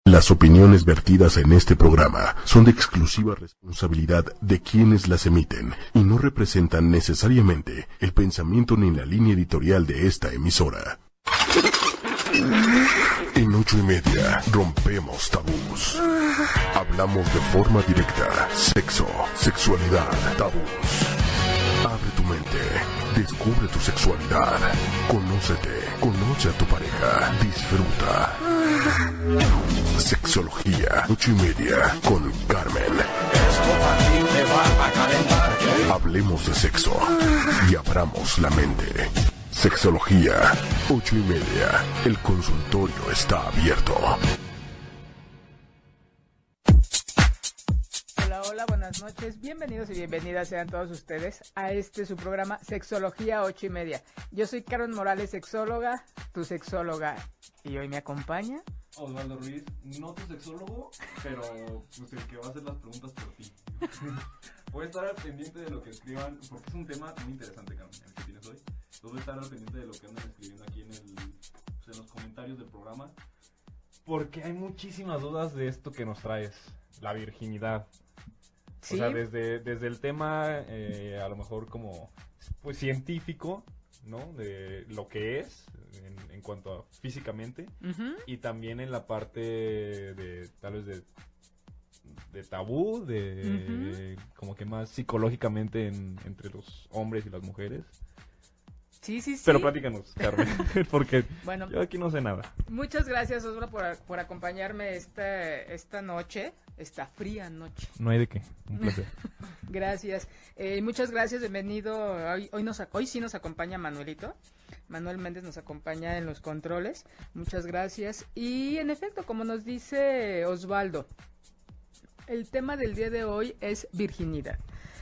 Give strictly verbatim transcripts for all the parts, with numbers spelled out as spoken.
Las opiniones vertidas en este programa son de exclusiva responsabilidad de quienes las emiten y no representan necesariamente el pensamiento ni la línea editorial de esta emisora. En ocho y media rompemos tabús. Hablamos de forma directa. Sexo, sexualidad, tabús. Abre tu mente, descubre tu sexualidad, conócete, conoce a tu pareja, disfruta. Sexología, ocho y media, con Carmen. Hablemos de sexo y abramos la mente. Sexología, ocho y media, el consultorio está abierto. Hola, hola, buenas noches, bienvenidos y bienvenidas sean todos ustedes a este su programa Sexología ocho y media. Yo soy Carmen Morales, sexóloga, tu sexóloga, y hoy me acompaña Osvaldo Ruiz, no tu sexólogo, pero pues el que va a hacer las preguntas por ti. Voy a estar al pendiente de lo que escriban, porque es un tema muy interesante, Carmen, el que tienes hoy. Voy a estar al pendiente de lo que andan escribiendo aquí en, el, pues, en los comentarios del programa, porque hay muchísimas dudas de esto que nos traes, la virginidad. ¿Sí? O sea, desde, desde el tema, eh, a lo mejor como, pues, científico, ¿no? De lo que es, en, en cuanto a físicamente, uh-huh. Y también en la parte de, tal vez de, de tabú, de, uh-huh. Como que más psicológicamente en, entre los hombres y las mujeres. Sí, sí, sí. Pero platícanos, Carmen, porque bueno, yo aquí no sé nada. Muchas gracias, Osvaldo, por, por acompañarme esta, esta noche, esta fría noche. No hay de qué, un placer. Gracias. Eh, muchas gracias, bienvenido. Hoy, hoy, nos, hoy sí nos acompaña Manuelito. Manuel Méndez nos acompaña en los controles. Muchas gracias. Y en efecto, como nos dice Osvaldo, el tema del día de hoy es virginidad.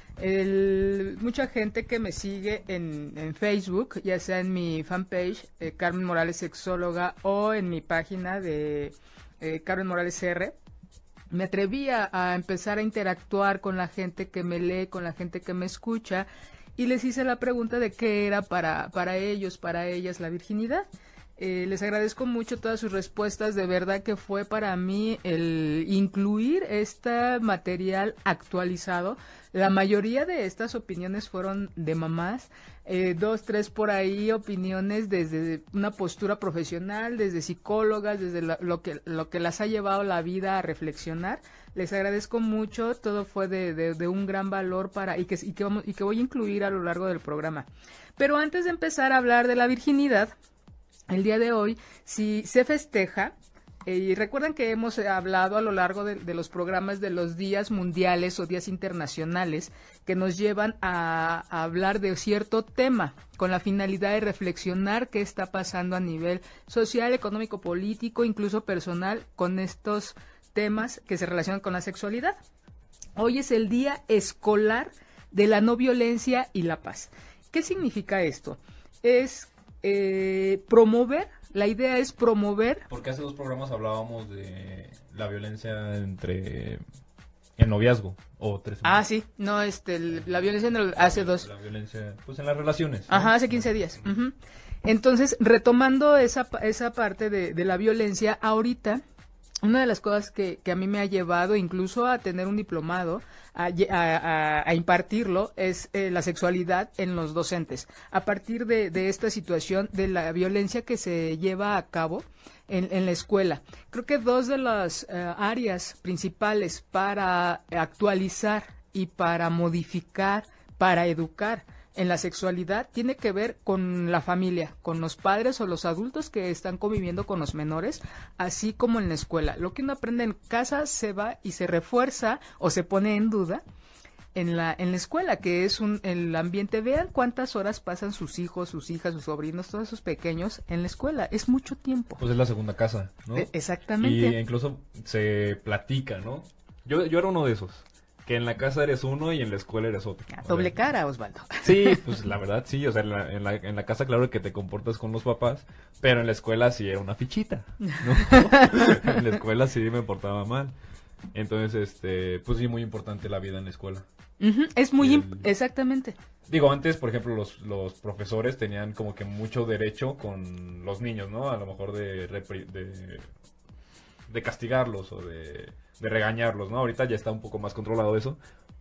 El, mucha gente que me sigue en, en Facebook, ya sea en mi fanpage, eh, Carmen Morales Sexóloga, o en mi página de eh, Carmen Morales R, me atreví a, a empezar a interactuar con la gente que me lee, con la gente que me escucha, y les hice la pregunta de qué era para, para ellos, para ellas la virginidad. Eh, les agradezco mucho todas sus respuestas, de verdad que fue para mí el incluir este material actualizado. La mayoría de estas opiniones fueron de mamás, eh, dos, tres por ahí opiniones desde una postura profesional, desde psicólogas, desde lo, lo que lo que las ha llevado la vida a reflexionar. Les agradezco mucho, todo fue de, de, de un gran valor para y que, y, que vamos, y que voy a incluir a lo largo del programa. Pero antes de empezar a hablar de la virginidad, el día de hoy, si se festeja, eh, y recuerden que hemos hablado a lo largo de, de los programas de los días mundiales o días internacionales que nos llevan a, a hablar de cierto tema con la finalidad de reflexionar qué está pasando a nivel social, económico, político, incluso personal con estos temas que se relacionan con la sexualidad. Hoy es el Día Escolar de la No Violencia y la Paz. ¿Qué significa esto? Es Eh, promover, la idea es promover. Porque hace dos programas hablábamos de la violencia entre el noviazgo o tres. Ah, sí, no, este, el, la violencia en el, hace dos. La violencia, pues en las relaciones, ¿no? Ajá, hace quince días. Uh-huh. Entonces, retomando esa esa parte de, de la violencia, ahorita una de las cosas que, que a mí me ha llevado incluso a tener un diplomado, a, a, a impartirlo, es eh, la sexualidad en los docentes. A partir de, de esta situación de la violencia que se lleva a cabo en, en la escuela. Creo que dos de las uh, áreas principales para actualizar y para modificar, para educar en la sexualidad tiene que ver con la familia, con los padres o los adultos que están conviviendo con los menores, así como en la escuela. Lo que uno aprende en casa se va y se refuerza o se pone en duda en la en la escuela, que es un el ambiente. Vean cuántas horas pasan sus hijos, sus hijas, sus sobrinos, todos esos pequeños en la escuela. Es mucho tiempo. Pues es la segunda casa, ¿no? Eh, exactamente. Y incluso se platica, ¿no? Yo yo era uno de esos. Que en la casa eres uno y en la escuela eres otro. A doble cara, Osvaldo. Sí, pues la verdad sí, o sea, en la, en la, en la casa claro que te comportas con los papás, pero en la escuela sí era una fichita, ¿no? En la escuela sí me portaba mal. Entonces, este, pues sí, muy importante la vida en la escuela. Uh-huh, es muy, El, imp- exactamente. Digo, antes, por ejemplo, los, los profesores tenían como que mucho derecho con los niños, ¿no? A lo mejor de... Repri- de de castigarlos o de, de regañarlos, ¿no? Ahorita ya está un poco más controlado eso,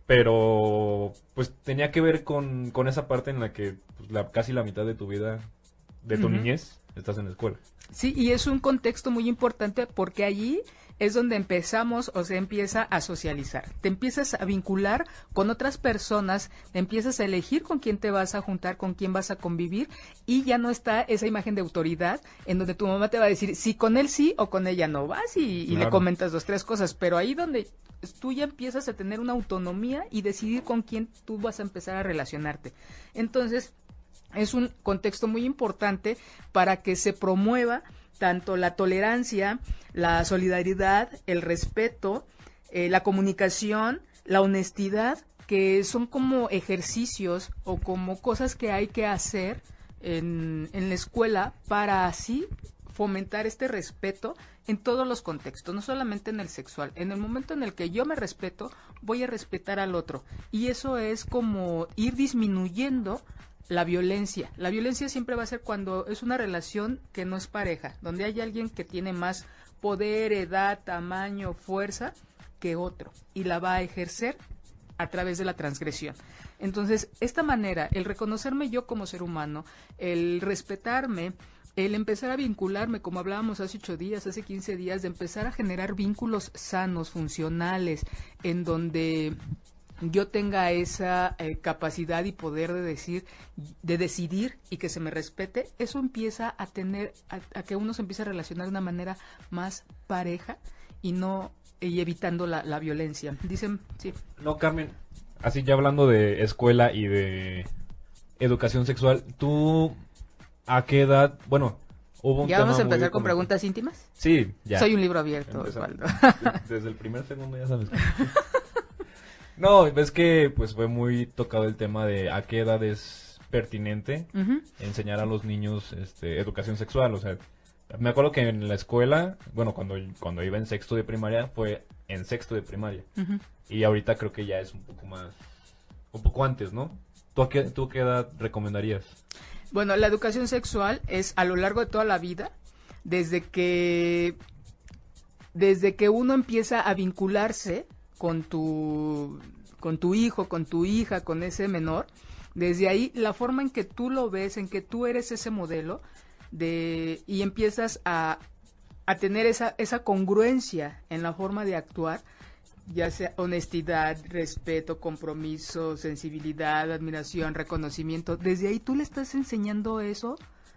pero pues tenía que ver con, con esa parte en la que pues, la, casi la mitad de tu vida, de tu uh-huh. niñez, estás en la escuela. Sí, y es un contexto muy importante porque allí es donde empezamos o se empieza a socializar. Te empiezas a vincular con otras personas, te empiezas a elegir con quién te vas a juntar, con quién vas a convivir, y ya no está esa imagen de autoridad en donde tu mamá te va a decir si con él sí o con ella no. Vas y, claro. y le comentas dos, tres cosas, pero ahí donde tú ya empiezas a tener una autonomía y decidir con quién tú vas a empezar a relacionarte. Entonces, es un contexto muy importante para que se promueva tanto la tolerancia, la solidaridad, el respeto, eh, la comunicación, la honestidad, que son como ejercicios o como cosas que hay que hacer en, en la escuela para así fomentar este respeto en todos los contextos, no solamente en el sexual. En el momento en el que yo me respeto, voy a respetar al otro. Y eso es como ir disminuyendo la violencia. La violencia siempre va a ser cuando es una relación que no es pareja, donde hay alguien que tiene más poder, edad, tamaño, fuerza que otro, y la va a ejercer a través de la transgresión. Entonces, esta manera, el reconocerme yo como ser humano, el respetarme, el empezar a vincularme, como hablábamos hace ocho días, hace quince días, de empezar a generar vínculos sanos, funcionales, en donde yo tenga esa eh, capacidad y poder de decir, de decidir y que se me respete, eso empieza a tener, a, a que uno se empiece a relacionar de una manera más pareja y no, y evitando la, la violencia. Dicen, sí. No, Carmen, así ya hablando de escuela y de educación sexual, ¿tú a qué edad, bueno, hubo un ¿Ya tema vamos a empezar muy con como... preguntas íntimas? Sí, ya. Soy un libro abierto, Osvaldo. Desde el primer segundo ya sabes. No, es que pues fue muy tocado el tema de a qué edad es pertinente uh-huh. enseñar a los niños este, educación sexual. O sea, me acuerdo que en la escuela, bueno, cuando, cuando iba en sexto de primaria, fue en sexto de primaria. Uh-huh. Y ahorita creo que ya es un poco más, un poco antes, ¿no? ¿Tú a qué, tú a qué edad recomendarías? Bueno, la educación sexual es a lo largo de toda la vida, desde que, desde que uno empieza a vincularse con tu, con tu hijo, con tu hija, con ese menor. Desde ahí, la forma en que tú lo ves, en que tú eres ese modelo, de y empiezas a, a tener esa, esa congruencia en la forma de actuar, ya sea honestidad, respeto, compromiso, sensibilidad, admiración, reconocimiento. Desde ahí tú le estás enseñando eso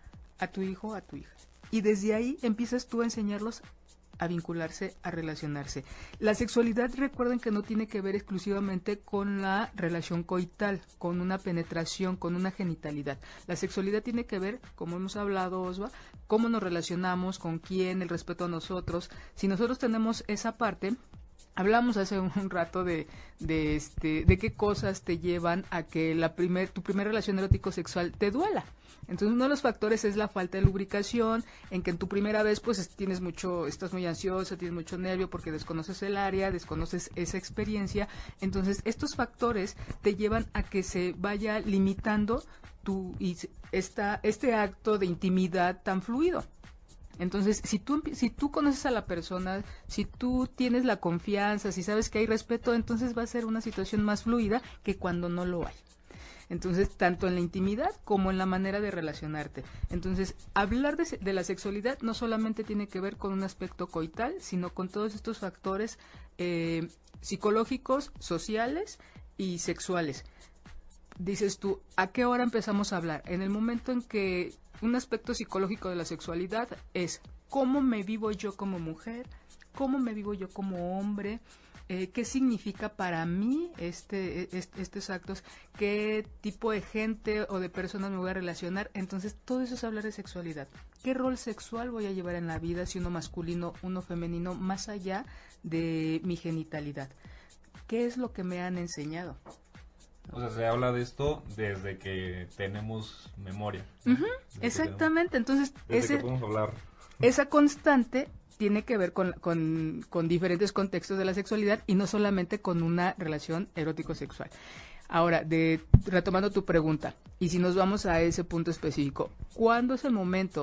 a tu hijo, a tu hija. Y desde ahí empiezas tú a enseñarlos a vincularse, a relacionarse. La sexualidad, recuerden que no tiene que ver exclusivamente con la relación coital, con una penetración, con una genitalidad. La sexualidad tiene que ver, como hemos hablado, Osva, cómo nos relacionamos, con quién, el respeto a nosotros. Si nosotros tenemos esa parte, hablamos hace un rato de, de este, de qué cosas te llevan a que la primer, tu primera relación erótico-sexual te duela. Entonces, uno de los factores es la falta de lubricación, en que en tu primera vez, pues, tienes mucho, estás muy ansiosa, tienes mucho nervio porque desconoces el área, desconoces esa experiencia. Entonces, estos factores te llevan a que se vaya limitando tu, y esta, este acto de intimidad tan fluido. Entonces, si tú, si tú conoces a la persona, si tú tienes la confianza, si sabes que hay respeto, entonces va a ser una situación más fluida que cuando no lo hay. Entonces, tanto en la intimidad como en la manera de relacionarte. Entonces, hablar de, de la sexualidad no solamente tiene que ver con un aspecto coital, sino con todos estos factores eh, psicológicos, sociales y sexuales. Dices tú, ¿a qué hora empezamos a hablar? En el momento en que un aspecto psicológico de la sexualidad es cómo me vivo yo como mujer, cómo me vivo yo como hombre, eh, qué significa para mí este, este, estos actos, qué tipo de gente o de personas me voy a relacionar. Entonces, todo eso es hablar de sexualidad. ¿Qué rol sexual voy a llevar en la vida, si uno masculino, uno femenino, más allá de mi genitalidad? ¿Qué es lo que me han enseñado? O sea, se habla de esto desde que tenemos memoria. Uh-huh, exactamente, entonces desde ese, que podemos hablar. Esa constante tiene que ver con, con, con diferentes contextos de la sexualidad y no solamente con una relación erótico-sexual. Ahora, de, retomando tu pregunta, y si nos vamos a ese punto específico, ¿cuándo es el momento o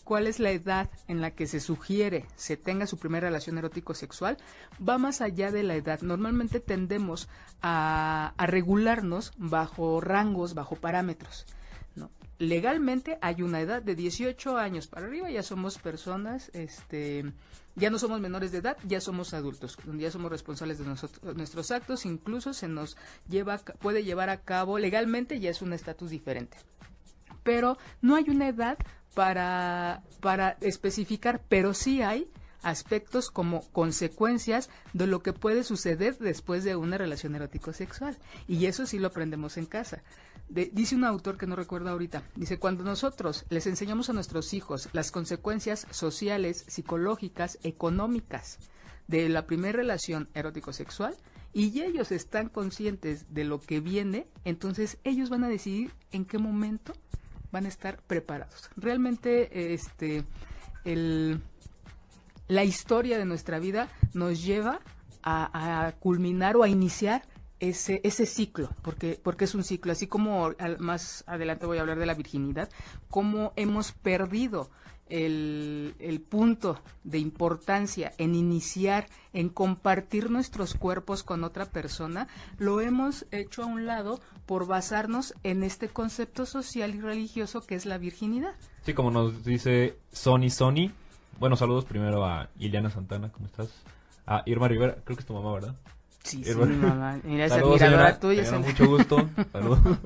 cuál es la edad en la que se sugiere se tenga su primera relación erótico-sexual, va más allá de la edad. Normalmente tendemos a, a regularnos bajo rangos, bajo parámetros, ¿no? Legalmente hay una edad de dieciocho años para arriba, ya somos personas, este, ya no somos menores de edad, ya somos adultos, ya somos responsables de nosotros, nuestros actos, incluso se nos lleva, puede llevar a cabo, legalmente ya es un estatus diferente. Pero no hay una edad para, para especificar, pero sí hay aspectos como consecuencias de lo que puede suceder después de una relación erótico-sexual. Y eso sí lo aprendemos en casa. De, dice un autor que no recuerdo ahorita, dice, cuando nosotros les enseñamos a nuestros hijos las consecuencias sociales, psicológicas, económicas de la primera relación erótico-sexual, y ellos están conscientes de lo que viene, entonces ellos van a decidir en qué momento van a estar preparados. Realmente, este, el, la historia de nuestra vida nos lleva a, a culminar o a iniciar ese ese ciclo, porque porque es un ciclo, así como al, más adelante voy a hablar de la virginidad, cómo hemos perdido el, el punto de importancia en iniciar, en compartir nuestros cuerpos con otra persona, lo hemos hecho a un lado por basarnos en este concepto social y religioso que es la virginidad. Sí, como nos dice Sony Sony, bueno, saludos primero a Ileana Santana, ¿cómo estás? A Irma Rivera, creo que es tu mamá, ¿verdad? Sí, sí, mi mamá. Mira, esa saludos, admiradora señora, tuya. señora, mucho gusto. Saludos.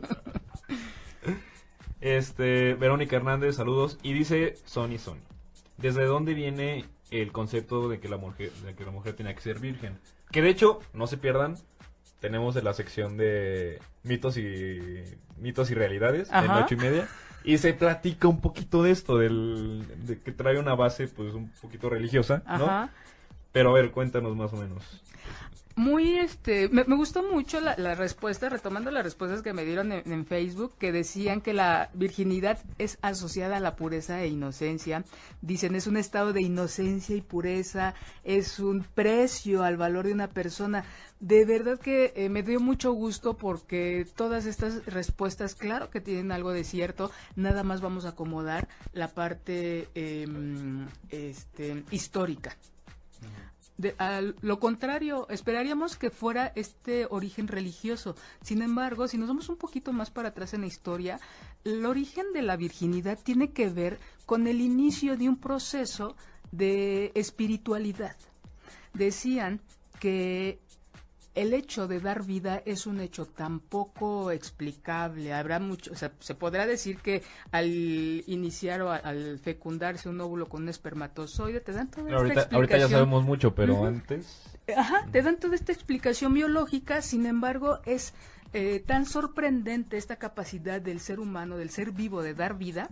Este, Verónica Hernández, saludos. Y dice Sony Sony, ¿desde dónde viene el concepto de que la mujer, de que la mujer tenía que ser virgen? Que de hecho, no se pierdan, tenemos de la sección de mitos y mitos y realidades, en ocho y media, y se platica un poquito de esto, del, de que trae una base pues un poquito religiosa, ¿no? Ajá. Pero a ver, cuéntanos más o menos. Muy, este, me, me gustó mucho la, la respuesta, retomando las respuestas que me dieron en, en Facebook, que decían que la virginidad es asociada a la pureza e inocencia. Dicen, es un estado de inocencia y pureza, es un precio al valor de una persona. De verdad que eh, me dio mucho gusto porque todas estas respuestas, claro que tienen algo de cierto, nada más vamos a acomodar la parte eh, este, histórica. De, a lo contrario, esperaríamos que fuera este origen religioso. Sin embargo, si nos vamos un poquito más para atrás en la historia, el origen de la virginidad tiene que ver con el inicio de un proceso de espiritualidad. Decían que el hecho de dar vida es un hecho tan poco explicable. Habrá mucho, o sea, se podrá decir que al iniciar o a, al fecundarse un óvulo con un espermatozoide te dan toda esta ahorita, explicación. Ahorita ya sabemos mucho, pero uh-huh. antes... Ajá, te dan toda esta explicación biológica, sin embargo, es eh, tan sorprendente esta capacidad del ser humano, del ser vivo, de dar vida,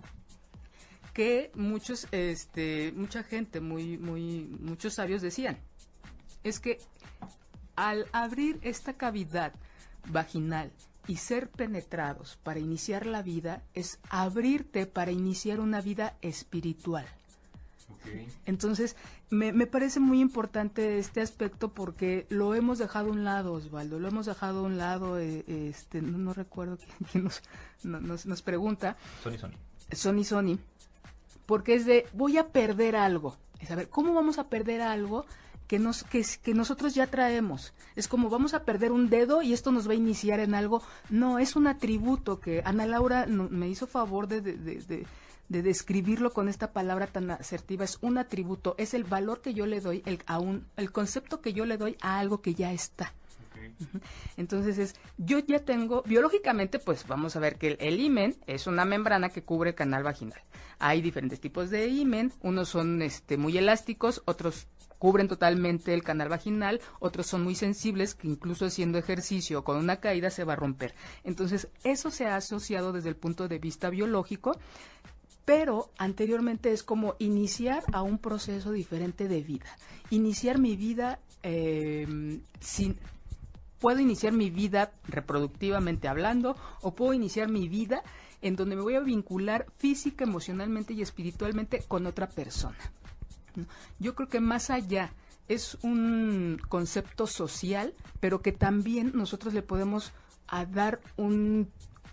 que muchos, este, mucha gente, muy, muy, muchos sabios decían, es que al abrir esta cavidad vaginal y ser penetrados para iniciar la vida, es abrirte para iniciar una vida espiritual. Okay. Entonces, me, me parece muy importante este aspecto porque lo hemos dejado a un lado, Osvaldo, lo hemos dejado a un lado, eh, este, no, no recuerdo quién, quién nos, no, nos, nos pregunta. Sony Sony. Sony Sony, porque es de, voy a perder algo. Es a ver, ¿cómo vamos a perder algo que nos que, que nosotros ya traemos? Es como vamos a perder un dedo y esto nos va a iniciar en algo. No, es un atributo que Ana Laura no, me hizo favor de, de, de, de, de describirlo con esta palabra tan asertiva. Es un atributo, es el valor que yo le doy, el, a un, el concepto que yo le doy a algo que ya está. Okay. Uh-huh. Entonces es, yo ya tengo, biológicamente, pues vamos a ver que el, el himen es una membrana que cubre el canal vaginal. Hay diferentes tipos de himen, unos son este muy elásticos, otros cubren totalmente el canal vaginal, otros son muy sensibles, que incluso haciendo ejercicio con una caída se va a romper. Entonces, eso se ha asociado desde el punto de vista biológico, pero anteriormente es como iniciar a un proceso diferente de vida. Iniciar mi vida eh, sin... Puedo iniciar mi vida reproductivamente hablando, o puedo iniciar mi vida en donde me voy a vincular física, emocionalmente y espiritualmente con otra persona. Yo creo que más allá es un concepto social, pero que también nosotros le podemos a dar un,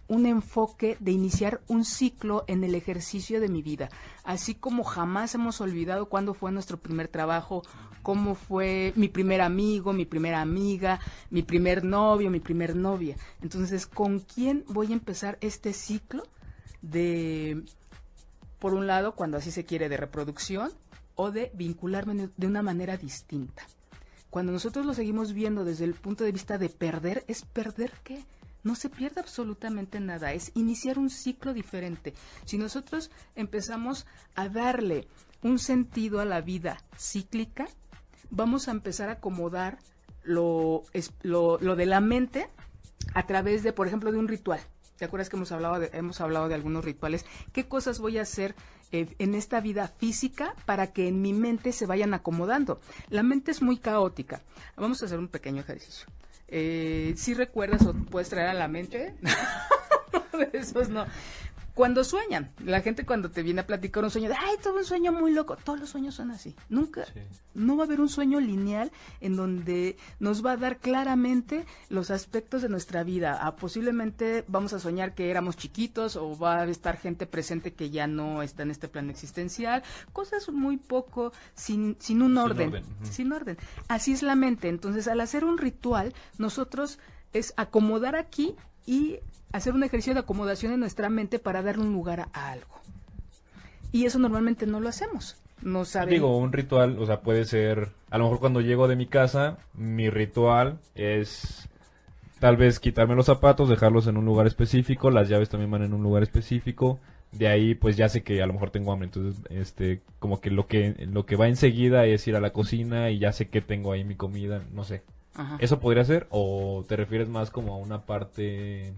un enfoque de iniciar un ciclo en el ejercicio de mi vida, así como jamás hemos olvidado cuándo fue nuestro primer trabajo, cómo fue mi primer amigo, mi primera amiga, mi primer novio, mi primer novia. Entonces, ¿con quién voy a empezar este ciclo de, por un lado, cuando así se quiere, de reproducción o de vincularme de una manera distinta? Cuando nosotros lo seguimos viendo desde el punto de vista de perder, ¿es perder qué? No se pierde absolutamente nada, es iniciar un ciclo diferente. Si nosotros empezamos a darle un sentido a la vida cíclica, vamos a empezar a acomodar lo, es, lo, lo de la mente a través de, por ejemplo, de un ritual. ¿Te acuerdas que hemos hablado de, hemos hablado de algunos rituales? ¿Qué cosas voy a hacer eh, en esta vida física para que en mi mente se vayan acomodando? La mente es muy caótica. Vamos a hacer un pequeño ejercicio. Eh, ¿sí recuerdas o puedes traer a la mente? De esos no. Cuando sueñan, la gente cuando te viene a platicar un sueño, de, ay, tuve un sueño muy loco, todos los sueños son así, nunca, sí. No va a haber un sueño lineal en donde nos va a dar claramente los aspectos de nuestra vida. Ah, posiblemente vamos a soñar que éramos chiquitos o va a estar gente presente que ya no está en este plano existencial, cosas muy poco, sin, sin un orden, sin orden. Uh-huh. Sin orden. Así es la mente. Entonces, al hacer un ritual, nosotros es acomodar aquí y hacer un ejercicio de acomodación en nuestra mente para darle un lugar a, a algo. Y eso normalmente no lo hacemos. No saben. Digo, un ritual, o sea, puede ser, a lo mejor cuando llego de mi casa, mi ritual es tal vez quitarme los zapatos, dejarlos en un lugar específico, las llaves también van en un lugar específico. De ahí, pues ya sé que a lo mejor tengo hambre, entonces, este, como que lo que lo que va enseguida es ir a la cocina y ya sé que tengo ahí mi comida, no sé. Ajá. ¿Eso podría ser? ¿O te refieres más como a una parte...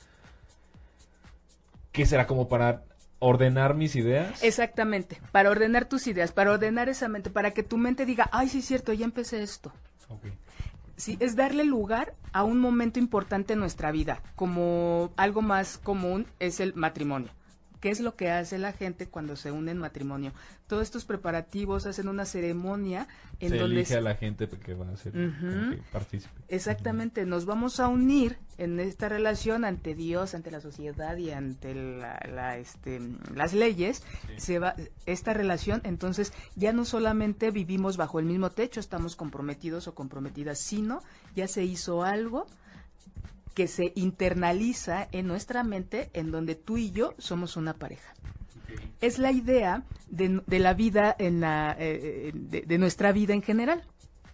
¿Qué será? ¿Como para ordenar mis ideas? Exactamente, para ordenar tus ideas, para ordenar esa mente, para que tu mente diga, ay, sí es cierto, ya empecé esto. Okay. Sí, es darle lugar a un momento importante en nuestra vida, como algo más común es el matrimonio. ¿Qué es lo que hace la gente cuando se une en matrimonio? Todos estos preparativos hacen una ceremonia en se donde... Se elige a la gente que va a ser uh-huh. que participe. Exactamente, uh-huh. Nos vamos a unir en esta relación ante Dios, ante la sociedad y ante la, la, este, las leyes. Sí. Se va esta relación, entonces ya no solamente vivimos bajo el mismo techo, estamos comprometidos o comprometidas, sino ya se hizo algo que se internaliza en nuestra mente, en donde tú y yo somos una pareja. Okay. Es la idea de, de la vida, en la, eh, de, de nuestra vida en general.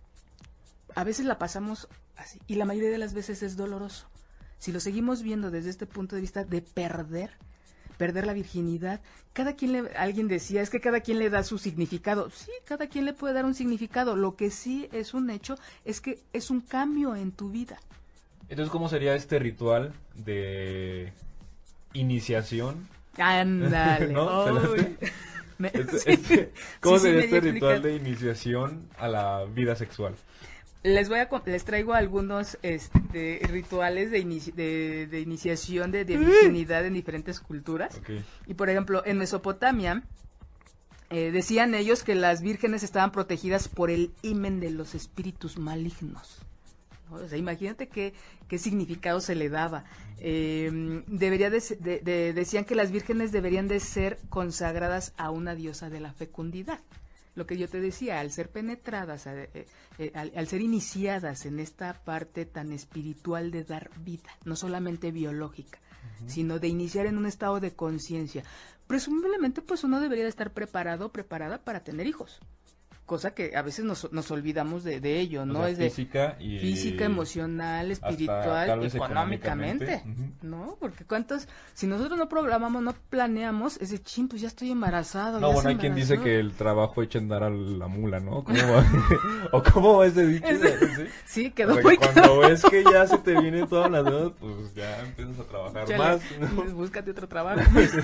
A veces la pasamos así, y la mayoría de las veces es doloroso. Si lo seguimos viendo desde este punto de vista de perder, perder la virginidad, cada quien le, alguien decía, es que cada quien le da su significado. Sí, cada quien le puede dar un significado. Lo que sí es un hecho es que es un cambio en tu vida. Entonces, ¿cómo sería este ritual de iniciación? Ándale. ¿No? Me, este, sí, este, ¿Cómo sí, sería sí, este ritual de iniciación a la vida sexual? Les voy a les traigo algunos este, rituales de, inici, de, de iniciación de, de virginidad en diferentes culturas. Okay. Y por ejemplo, en Mesopotamia eh, decían ellos que las vírgenes estaban protegidas por el himen de los espíritus malignos. O sea, imagínate qué, qué significado se le daba. Eh, debería de, de, de, decían que las vírgenes deberían de ser consagradas a una diosa de la fecundidad. Lo que yo te decía, al ser penetradas, eh, eh, al, al ser iniciadas en esta parte tan espiritual de dar vida, no solamente biológica, uh-huh. sino de iniciar en un estado de conciencia. Presumiblemente, pues uno debería de estar preparado, preparada para tener hijos. Cosa que a veces nos, nos olvidamos de, de ello, ¿no? O sea, es de física, y física, emocional, espiritual, económicamente, uh-huh. ¿no? Porque cuántos, si nosotros no programamos, no planeamos, es de chin, pues ya estoy embarazado. No, bueno, hay quien dice que el trabajo echa a andar a la mula, ¿no? ¿Cómo va? ¿O cómo va ese dicho? Es de... ¿Sí? Sí, quedó o sea, muy que cuando claro. ves que ya se te vienen todas las dudas, pues ya empiezas a trabajar Chale, más, ¿no? Búscate otro trabajo. sí,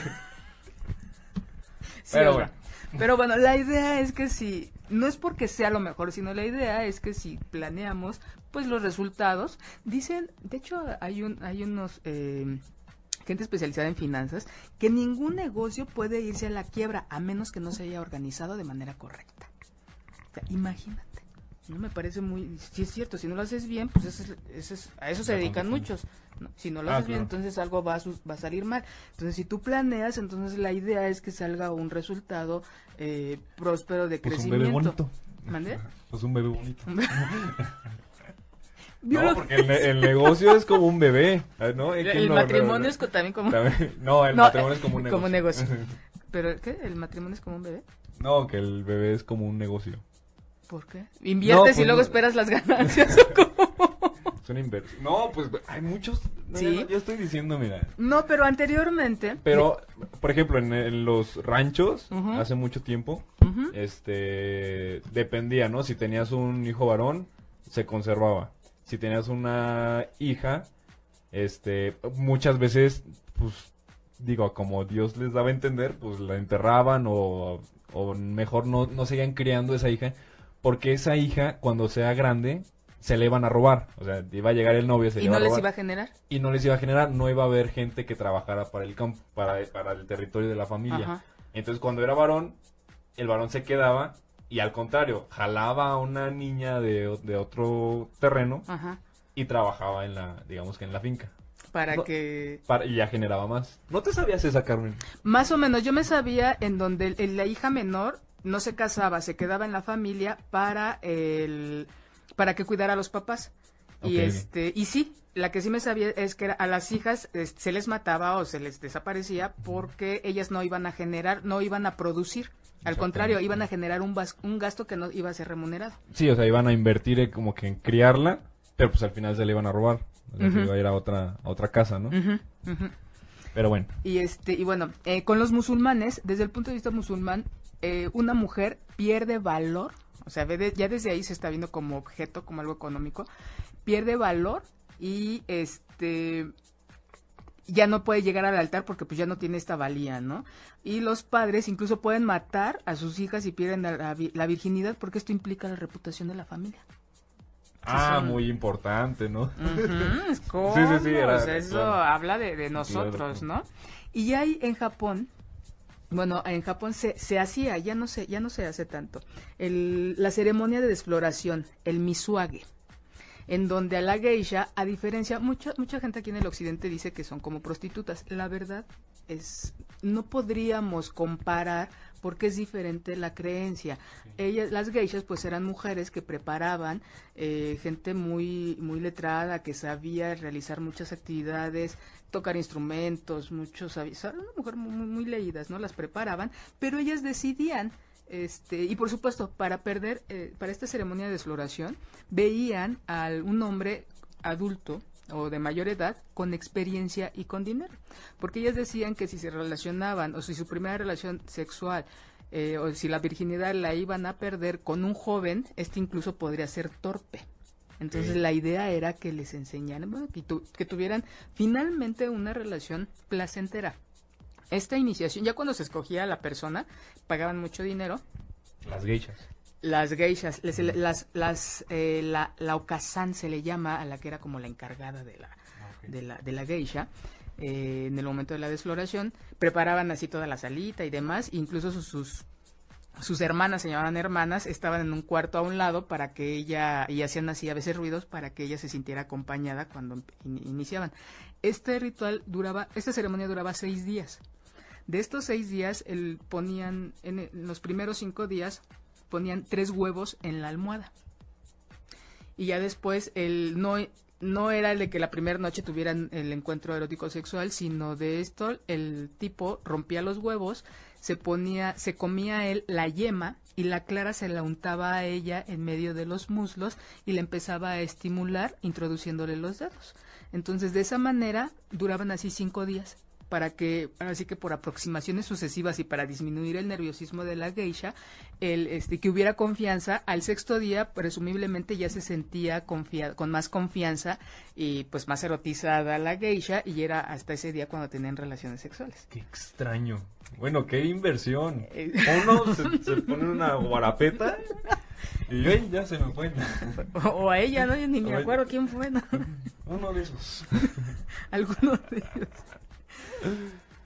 Pero bueno. Pero bueno, la idea es que si, no es porque sea lo mejor, sino la idea es que si planeamos, pues los resultados, dicen, de hecho hay un hay unos, eh, gente especializada en finanzas, que ningún negocio puede irse a la quiebra a menos que no se haya organizado de manera correcta. O sea, imagínate, no me parece muy, si es cierto, si no lo haces bien, pues eso es, eso es, a eso se dedican muchos, ¿no? Si no lo Ah, haces bien, claro. entonces algo va a, su- va a salir mal. Entonces, si tú planeas, entonces la idea es que salga un resultado eh, próspero de Pues un crecimiento. bebé bonito. ¿Mande? Pues un bebé bonito. Biolo- No, porque el, ne- el negocio es como un bebé, ¿no? El, ¿Quién el no- matrimonio no- es co- también como... también- no, el No, matrimonio eh, es como un negocio. como negocio. ¿Pero qué? ¿El matrimonio es como un bebé? No, que el bebé es como un negocio. ¿Por qué? ¿Inviertes pues y luego no. esperas las ganancias o cómo? Es una inversión. No, pues hay muchos. No, Sí. ya, ya estoy diciendo, mira. No, pero anteriormente... Pero, por ejemplo, en, en los ranchos, Ujú. hace mucho tiempo, Ujú. este, dependía, ¿no? Si tenías un hijo varón, se conservaba. Si tenías una hija, este, muchas veces, pues, digo, como Dios les daba a entender, pues la enterraban o, o mejor no, no seguían criando esa hija, porque esa hija, cuando sea grande, se le iban a robar. O sea, iba a llegar el novio, se le ¿Y iba no a les robar. iba a generar? Y no les iba a generar, no iba a haber gente que trabajara para el campo, para, para el territorio de la familia. Ajá. Entonces, cuando era varón, el varón se quedaba y al contrario, jalaba a una niña de, de otro terreno Ajá. y trabajaba en la, digamos que en la finca. Para No. que... Para, y ya generaba más. ¿No te sabías esa, Carmen? Más o menos, yo me sabía en donde el- el- la hija menor no se casaba, se quedaba en la familia para el para que cuidara a los papás. Y Ok. este y sí, la que sí me sabía es que era- a las hijas es- se les mataba o se les desaparecía porque ellas no iban a generar, no iban a producir. Al Exactamente. contrario, iban a generar un, vas- un gasto que no iba a ser remunerado. Sí, o sea, iban a invertir eh, como que en criarla, pero pues al final se le iban a robar. O sea, se Ujú. iba a ir a otra, a otra casa, ¿no? Ujú, ujú. Pero bueno. Y este y bueno, eh, con los musulmanes, desde el punto de vista musulmán, eh, una mujer pierde valor, o sea, ve de- ya desde ahí se está viendo como objeto, como algo económico, pierde valor y este ya no puede llegar al altar porque pues ya no tiene esta valía, ¿no? Y los padres incluso pueden matar a sus hijas y pierden la, la vi- la virginidad porque esto implica la reputación de la familia. Ah, son- muy importante, ¿no? Ujú, es como, Sí, sí, sí, era- o sea, eso claro. habla de, de nosotros, Claro. ¿no? Y ya hay en Japón, bueno, en Japón se, se hacía, ya no se, ya no se hace tanto, el, la ceremonia de desfloración, el misuage, en donde a la geisha, a diferencia, mucha, mucha gente aquí en el occidente dice que son como prostitutas. La verdad es, no podríamos comparar porque es diferente la creencia. Ellas, las geishas, pues eran mujeres que preparaban, eh, gente muy, muy letrada, que sabía realizar muchas actividades, tocar instrumentos, muchos, sabi- sa- una mujer muy, muy, muy leídas, ¿no? Las preparaban, pero ellas decidían este, y por supuesto, para perder, eh, para esta ceremonia de desfloración, veían a un hombre adulto o de mayor edad con experiencia y con dinero, porque ellas decían que si se relacionaban o si su primera relación sexual eh, o si la virginidad la iban a perder con un joven, este incluso podría ser torpe. Entonces Ok. la idea era que les enseñaran, bueno, que, tu- que tuvieran finalmente una relación placentera. Esta iniciación, ya cuando se escogía a la persona, pagaban mucho dinero. Las geishas. Las geishas, les- las, las, eh, la, la okasan se le llama a la que era como la encargada de la, de la, de la geisha, eh, en el momento de la desfloración, preparaban así toda la salita y demás, incluso sus, sus, sus hermanas, se llamaban hermanas, estaban en un cuarto a un lado para que ella, y hacían así a veces ruidos para que ella se sintiera acompañada cuando in- iniciaban. Este ritual duraba, esta ceremonia duraba seis días. De estos seis días, el, ponían, en, el- en los primeros cinco días, ponían tres huevos en la almohada. Y ya después, el no, no era el de que la primera noche tuvieran el encuentro erótico sexual, sino de esto, el tipo rompía los huevos, se ponía, se comía él la yema y la clara se la untaba a ella en medio de los muslos y le empezaba a estimular introduciéndole los dedos. Entonces, de esa manera, duraban así cinco días. Para que, así que por aproximaciones sucesivas y para disminuir el nerviosismo de la geisha, el, este, que hubiera confianza, al sexto día presumiblemente ya se sentía confia- con más confianza y pues más erotizada la geisha y era hasta ese día cuando tenían relaciones sexuales. Qué extraño. Bueno, qué inversión. Eh. Uno se, se pone una guarapeta y ¡ay, ya se me fue! O, o a ella, ¿no? Yo ni me O a acuerdo ella. quién fue, ¿no? Uno de esos. Alguno de ellos.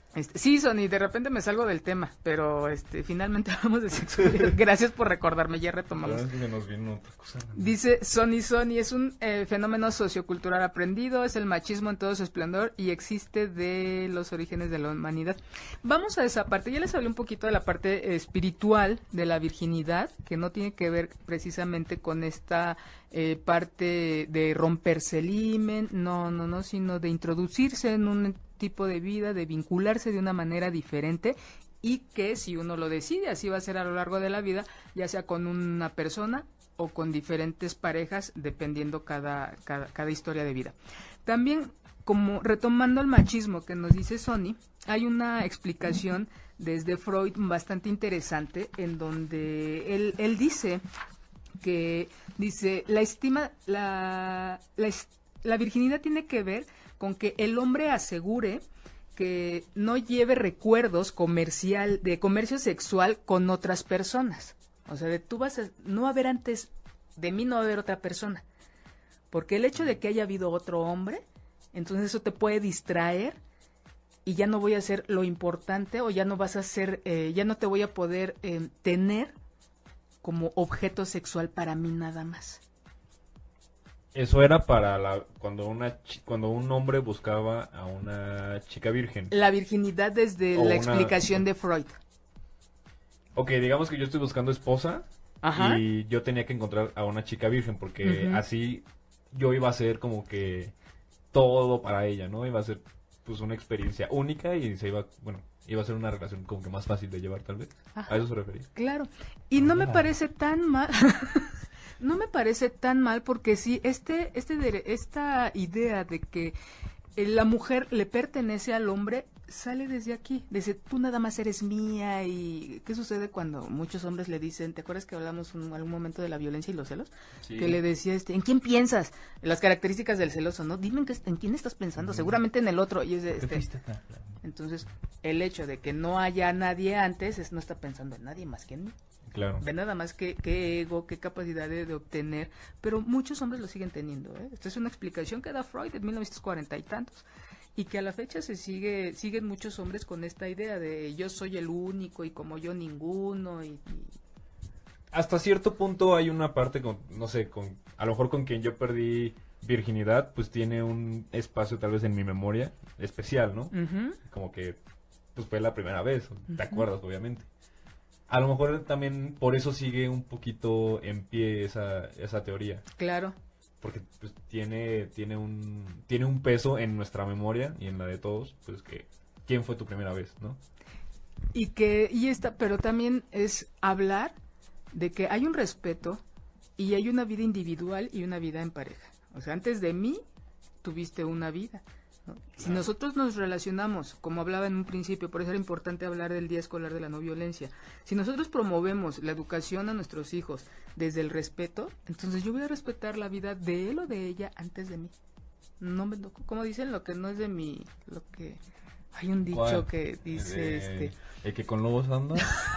Este, sí, Sony, de repente me salgo del tema, pero este, finalmente hablamos de sexualidad. Gracias por recordarme, ya retomamos. Que nos vino otra cosa. Dice Sony Sony, es un eh, fenómeno sociocultural aprendido, es el machismo en todo su esplendor y existe de los orígenes de la humanidad. Vamos a esa parte, ya les hablé un poquito de la parte eh, espiritual de la virginidad, que no tiene que ver precisamente con esta eh, parte de romperse el himen, no, no, no, sino de introducirse en un tipo de vida, de vincularse de una manera diferente y que si uno lo decide, así va a ser a lo largo de la vida, ya sea con una persona o con diferentes parejas, dependiendo cada, cada, cada historia de vida. También, como retomando el machismo que nos dice Sony, hay una explicación desde Freud bastante interesante, en donde él, él dice que, dice, la estima, la, la, la virginidad tiene que ver con que el hombre asegure que no lleve recuerdos comercial de comercio sexual con otras personas. O sea, de tú vas a no va a haber antes de mí, no va a haber otra persona. Porque el hecho de que haya habido otro hombre, entonces eso te puede distraer y ya no voy a hacer lo importante o ya no vas a hacer, eh, ya no te voy a poder eh, tener como objeto sexual para mí nada más. Eso era para la cuando una chi- cuando un hombre buscaba a una chica virgen. La virginidad desde O la una- explicación de Freud. Ok, digamos que yo estoy buscando esposa. Ajá. Y yo tenía que encontrar a una chica virgen porque Ujú. así yo iba a ser como que todo para ella, ¿no? Iba a ser pues una experiencia única y se iba, bueno, iba a ser una relación como que más fácil de llevar tal vez. Ajá. A eso se refería. Claro. Y no me Ah. parece tan mal. No me parece tan mal porque sí, este, este, dere- esta idea de que eh, la mujer le pertenece al hombre sale desde aquí, desde tú nada más eres mía. Y ¿qué sucede cuando muchos hombres le dicen, ¿te acuerdas que hablamos en algún momento de la violencia y los celos? Sí. Que le decía, este, ¿en quién piensas? Las características del celoso, ¿no? Dime en, qué- en quién estás pensando, seguramente en el otro. Y es de, este, entonces, el hecho de que no haya nadie antes es no está pensando en nadie más que en mí. Claro. Ve nada más qué, qué ego, qué capacidad de, de obtener, pero muchos hombres lo siguen teniendo, ¿eh? Esta es una explicación que da Freud en mil novecientos cuarenta y tantos, y que a la fecha se sigue, siguen muchos hombres con esta idea de yo soy el único y como yo ninguno, y, y Hasta cierto punto hay una parte con, no sé, con a lo mejor con quien yo perdí virginidad, pues tiene un espacio tal vez en mi memoria especial, ¿no? Ujú. Como que pues fue la primera vez, te Ujú. acuerdas, obviamente. A lo mejor también por eso sigue un poquito en pie esa, esa teoría. Claro. Porque pues, tiene, tiene, un, tiene un peso en nuestra memoria y en la de todos, pues que quién fue tu primera vez, ¿no? Y que, y esta, pero también es hablar de que hay un respeto y hay una vida individual y una vida en pareja. O sea, antes de mí tuviste una vida, ¿no? Si nosotros nos relacionamos, como hablaba en un principio, por eso era importante hablar del Día Escolar de la No Violencia, si nosotros promovemos la educación a nuestros hijos desde el respeto, entonces yo voy a respetar la vida de él o de ella antes de mí. No me, como dicen, lo que no es de mí, lo que... Hay un dicho ¿Cuál? que dice, De- este... El que con lobos anda,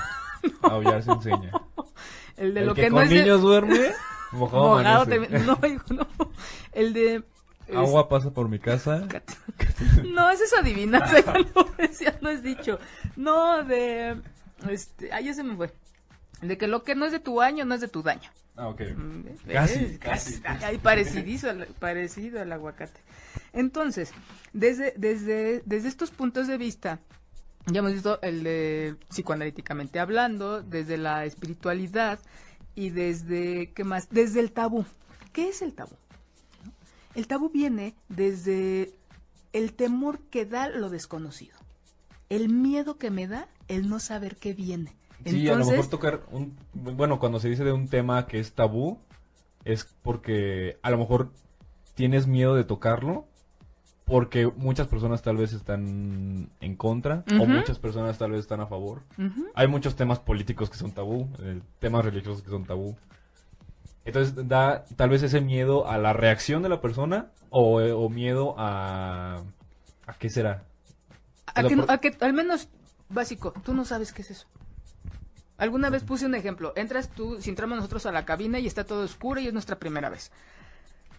a aullar se enseña. El de el lo que, que, no con es de... niños duerme, mojado, Mojado amanece. te- No, hijo, no. El de... Agua pasa por mi casa. No, esa es adivinanza, ya no, ya no es dicho. No, de... Este, ay, ya se me fue. De que lo que no es de tu año, no es de tu daño. Ah, ok. Mm, Casi, eh, casi. Ay, parecidizo, al- parecido al aguacate. Entonces, desde, desde, desde estos puntos de vista, ya hemos visto el de psicoanalíticamente hablando, desde la espiritualidad y desde, ¿qué más? Desde el tabú. ¿Qué es el tabú? ¿No? El tabú viene desde el temor que da lo desconocido. El miedo que me da el no saber qué viene. Sí, a lo Entonces, mejor tocar un... Bueno, cuando se dice de un tema que es tabú, es porque a lo mejor tienes miedo de tocarlo, porque muchas personas tal vez están en contra, o Ujú. muchas personas tal vez están a favor. ujú. Hay muchos temas políticos que son tabú, eh, temas religiosos que son tabú. Entonces da tal vez ese miedo a la reacción de la persona, o, eh, o miedo a... ¿A qué será? A O sea, que, no- por- a que al menos básico, tú no sabes qué es eso. Alguna vez puse un ejemplo, entras tú, si entramos nosotros a la cabina y está todo oscuro y es nuestra primera vez.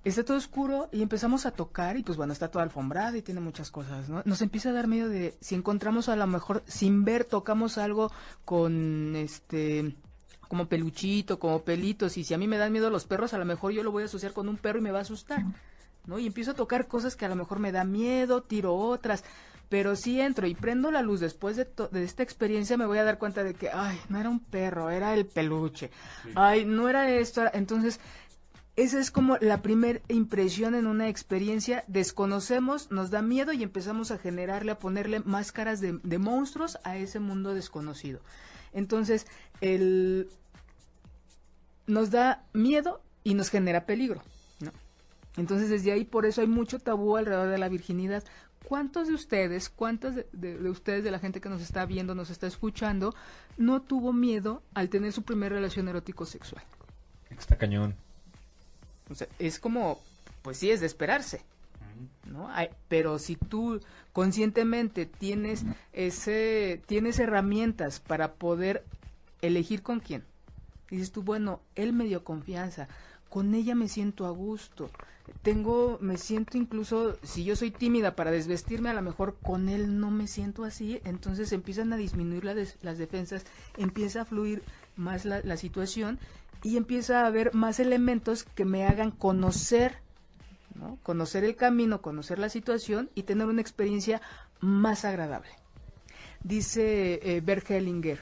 está todo oscuro y empezamos a tocar y pues bueno, está toda alfombrada y tiene muchas cosas, ¿no? Nos empieza a dar miedo de si encontramos a lo mejor sin ver, tocamos algo con este como peluchito, como pelitos, y si a mí me dan miedo los perros, a lo mejor yo lo voy a asociar con un perro y me va a asustar, ¿no? Y empiezo a tocar cosas que a lo mejor me da miedo, tiro otras, pero si entro y prendo la luz después de, to- de esta experiencia, me voy a dar cuenta de que, ay, no era un perro, era el peluche, sí. Ay, no era esto, era... entonces... Esa es como la primera impresión en una experiencia, desconocemos, nos da miedo y empezamos a generarle, a ponerle máscaras de, de monstruos a ese mundo desconocido. Entonces, el, nos da miedo y nos genera peligro, ¿no? Entonces, desde ahí, por eso hay mucho tabú alrededor de la virginidad. ¿Cuántos de ustedes, cuántas de, de, de ustedes, de la gente que nos está viendo, nos está escuchando, no tuvo miedo al tener su primera relación erótico-sexual? Está cañón. O sea, es como, pues sí, es de esperarse, ¿no? Hay, pero si tú conscientemente tienes ese, tienes herramientas para poder elegir con quién, dices tú, bueno, él me dio confianza, con ella me siento a gusto, tengo, me siento incluso, si yo soy tímida para desvestirme, a lo mejor con él no me siento así, entonces empiezan a disminuir la des, las defensas, empieza a fluir más la, la situación, y empieza a haber más elementos que me hagan conocer, ¿no? Conocer el camino, conocer la situación y tener una experiencia más agradable. Dice eh, Bert Hellinger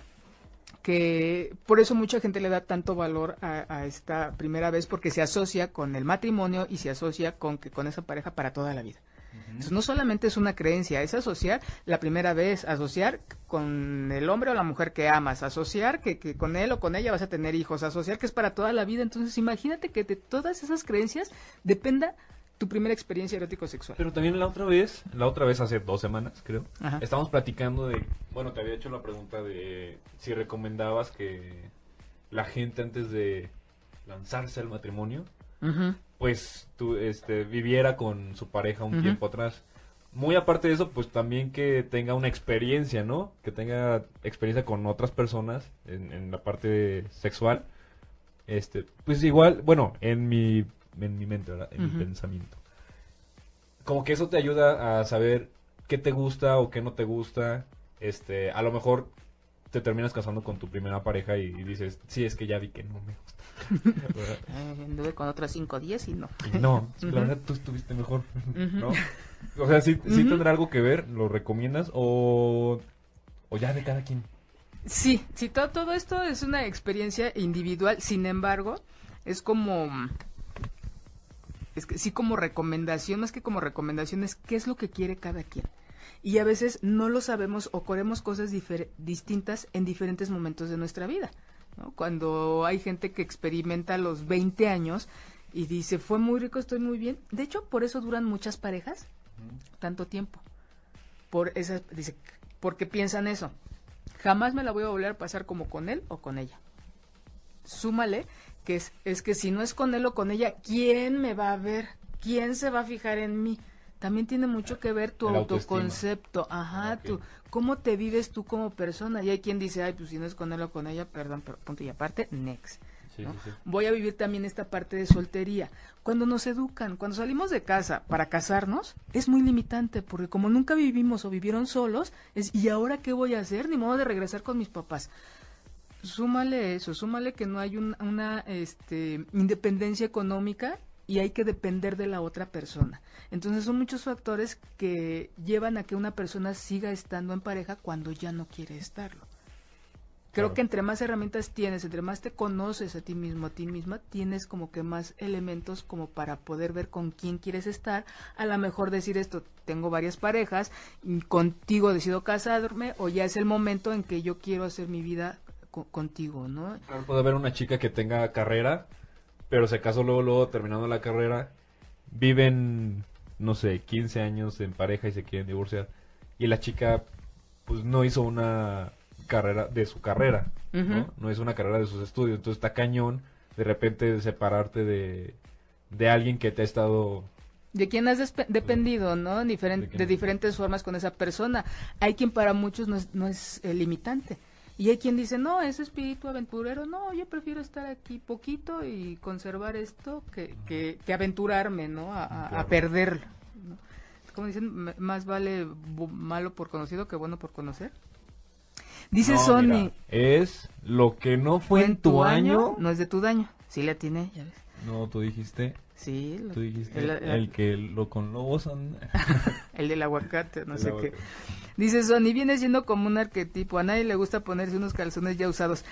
que por eso mucha gente le da tanto valor a, a esta primera vez, porque se asocia con el matrimonio y se asocia con que con esa pareja para toda la vida. Entonces, no solamente es una creencia, es asociar la primera vez, asociar con el hombre o la mujer que amas, asociar que, que con él o con ella vas a tener hijos, asociar que es para toda la vida. Entonces, imagínate que de todas esas creencias dependa tu primera experiencia erótico-sexual. Pero también la otra vez, la otra vez hace dos semanas, creo, Ajá. estábamos platicando de, bueno, te había hecho la pregunta de si recomendabas que la gente antes de lanzarse al matrimonio, uh-huh. pues tú, este, viviera con su pareja un uh-huh. tiempo atrás. Muy aparte de eso, pues también que tenga una experiencia, ¿no? Que tenga experiencia con otras personas en, en la parte sexual. Este, pues igual, bueno, en mi, en mi mente, ¿verdad? En uh-huh. mi pensamiento. Como que eso te ayuda a saber qué te gusta o qué no te gusta. Este, a lo mejor te terminas casando con tu primera pareja y, y dices, sí, es que ya vi que no me gusta. eh, anduve con otras cinco o diez y no. Y no, uh-huh. la verdad tú estuviste mejor, uh-huh. ¿no? O sea, ¿sí, uh-huh. ¿sí tendrá algo que ver? ¿Lo recomiendas? ¿O, o ya de cada quien? Sí, sí, todo, todo esto es una experiencia individual, sin embargo, es como... Es que sí, como recomendación, más que como recomendación, es qué es lo que quiere cada quien. Y a veces no lo sabemos o queremos cosas difer- distintas en diferentes momentos de nuestra vida, ¿no? Cuando hay gente que experimenta a los veinte años y dice, fue muy rico, estoy muy bien. De hecho, por eso duran muchas parejas uh-huh. tanto tiempo. Por esa, dice, porque piensan eso. Jamás me la voy a volver a pasar como con él o con ella. Súmale que es, es que si no es con él o con ella, ¿quién me va a ver? ¿Quién se va a fijar en mí? También tiene mucho que ver tu el autoconcepto, ajá, okay. tu, cómo te vives tú como persona. Y hay quien dice, ay, pues si no es con él o con ella, perdón, pero punto y aparte, next. Sí, ¿no? sí, sí. Voy a vivir también esta parte de soltería. Cuando nos educan, cuando salimos de casa para casarnos, es muy limitante, porque como nunca vivimos o vivieron solos, es, ¿y ahora qué voy a hacer? Ni modo de regresar con mis papás. Súmale eso, súmale que no hay un, una este, independencia económica y hay que depender de la otra persona. Entonces son muchos factores que llevan a que una persona siga estando en pareja cuando ya no quiere estarlo. Creo claro. que entre más herramientas tienes, entre más te conoces a ti mismo, a ti misma, tienes como que más elementos como para poder ver con quién quieres estar. A lo mejor decir esto, tengo varias parejas, contigo decido casarme o ya es el momento en que yo quiero hacer mi vida co- contigo, ¿no? Claro, puede haber una chica que tenga carrera, pero se casó luego, luego terminando la carrera, viven, no sé, quince años en pareja y se quieren divorciar. Y la chica, pues no hizo una carrera de su carrera, uh-huh. ¿no? No hizo una carrera de sus estudios. Entonces está cañón de repente separarte de, de alguien que te ha estado... De quien has despe- dependido, ¿no? Diferen- de, de diferentes formas con esa persona. Hay quien para muchos no es, no es eh, limitante. Y hay quien dice, no, ese espíritu aventurero, no, yo prefiero estar aquí poquito y conservar esto que, que, que aventurarme, ¿no? A, a, a perderlo, ¿no? Como dicen, m- más vale bu- malo por conocido que bueno por conocer. Dice No, Sony, mira, es lo que no fue en tu año. no es de tu daño. Sí le atiné, ya ves. No, tú dijiste, Sí, lo- tú dijiste el, el, el- que lo con lobos son... el del aguacate, no El sé aguacate. qué. Dice Sony, viene siendo como un arquetipo, a nadie le gusta ponerse unos calzones ya usados.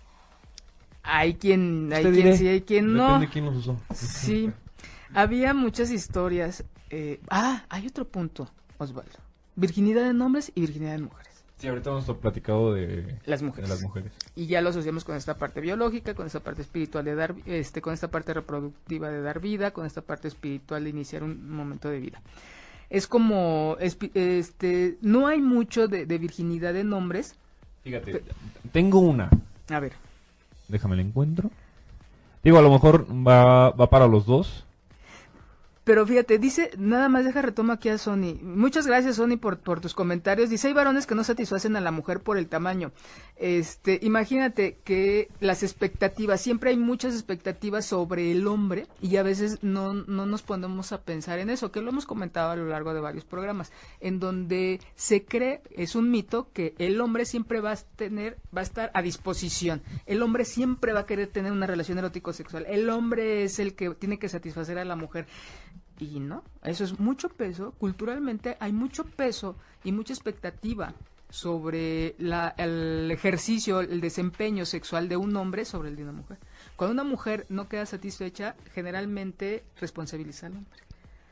Hay quien, hay Te quien diré, sí, hay quien no. Depende de quién los usó. Sí, había muchas historias. eh, ah, hay otro punto, Osvaldo. Virginidad en hombres y virginidad en mujeres. Sí, ahorita hemos platicado de Las mujeres. de las mujeres. Y ya lo asociamos con esta parte biológica, con esta parte espiritual de dar, este, con esta parte reproductiva de dar vida, con esta parte espiritual de iniciar un momento de vida. Es como, espi- este, no hay mucho de, de virginidad en hombres. Fíjate, tengo una. A ver, Déjame la encuentro. Digo, a lo mejor va, va para los dos. pero fíjate, dice, nada más deja retoma aquí a Sony. Muchas gracias, Sony, por, por tus comentarios. Dice, hay varones que no satisfacen a la mujer por el tamaño. Este, imagínate que las expectativas, siempre hay muchas expectativas sobre el hombre y a veces no, no nos ponemos a pensar en eso, que lo hemos comentado a lo largo de varios programas, en donde se cree, es un mito, que el hombre siempre va a tener, va a estar a disposición. El hombre siempre va a querer tener una relación erótico-sexual. El hombre es el que tiene que satisfacer a la mujer. Y no, eso es mucho peso, culturalmente hay mucho peso y mucha expectativa sobre la, el ejercicio, el desempeño sexual de un hombre sobre el de una mujer. Cuando una mujer no queda satisfecha, generalmente responsabiliza al hombre.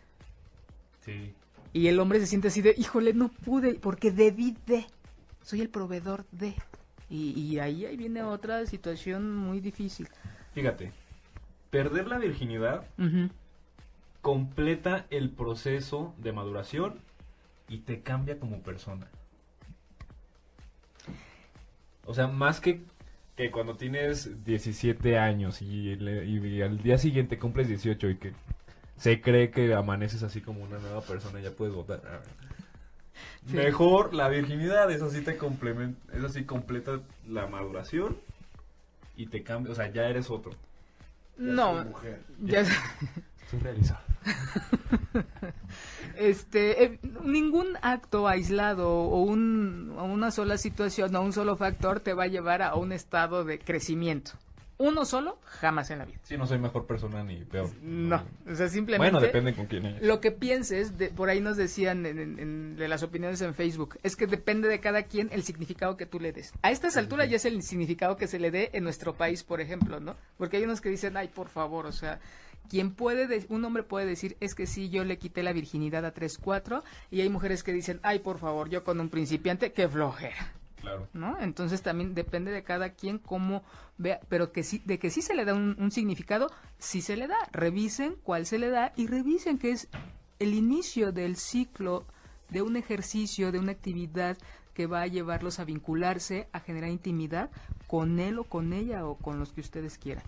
Sí. Y el hombre se siente así de, híjole, no pude, porque debí de, soy el proveedor de. Y, y ahí, ahí viene otra situación muy difícil. Fíjate, perder la virginidad Ujú. completa el proceso de maduración y te cambia como persona. O sea, más que, que cuando tienes diecisiete años y, le- y al día siguiente cumples dieciocho y que se cree que amaneces así como una nueva persona y ya puedes votar. Sí. Mejor la virginidad, eso sí te complementa, eso sí completa la maduración y te cambia, o sea, ya eres otro. No, mujer. ya Estoy realizado. este eh, ningún acto aislado o, un, o una sola situación o un solo factor te va a llevar a un estado de crecimiento. Uno solo, jamás en la vida. Sí, no soy mejor persona ni peor. No, o sea, simplemente Bueno, depende con quién es. lo que pienses, de, por ahí nos decían en, en- en- de las opiniones en Facebook, es que depende de cada quien el significado que tú le des. A estas alturas ya es el significado que se le dé en nuestro país, por ejemplo, ¿no? Porque hay unos que dicen, ay, por favor, o sea, quien puede, de- un hombre puede decir, es que sí, yo le quité la virginidad a tres, cuatro, y hay mujeres que dicen, ay, por favor, yo con un principiante, qué flojera. Claro. ¿No? Entonces también depende de cada quien cómo vea, pero que sí, de que sí se le da un, un significado, sí se le da. Revisen cuál se le da y revisen que es el inicio del ciclo de un ejercicio, de una actividad que va a llevarlos a vincularse, a generar intimidad con él o con ella o con los que ustedes quieran.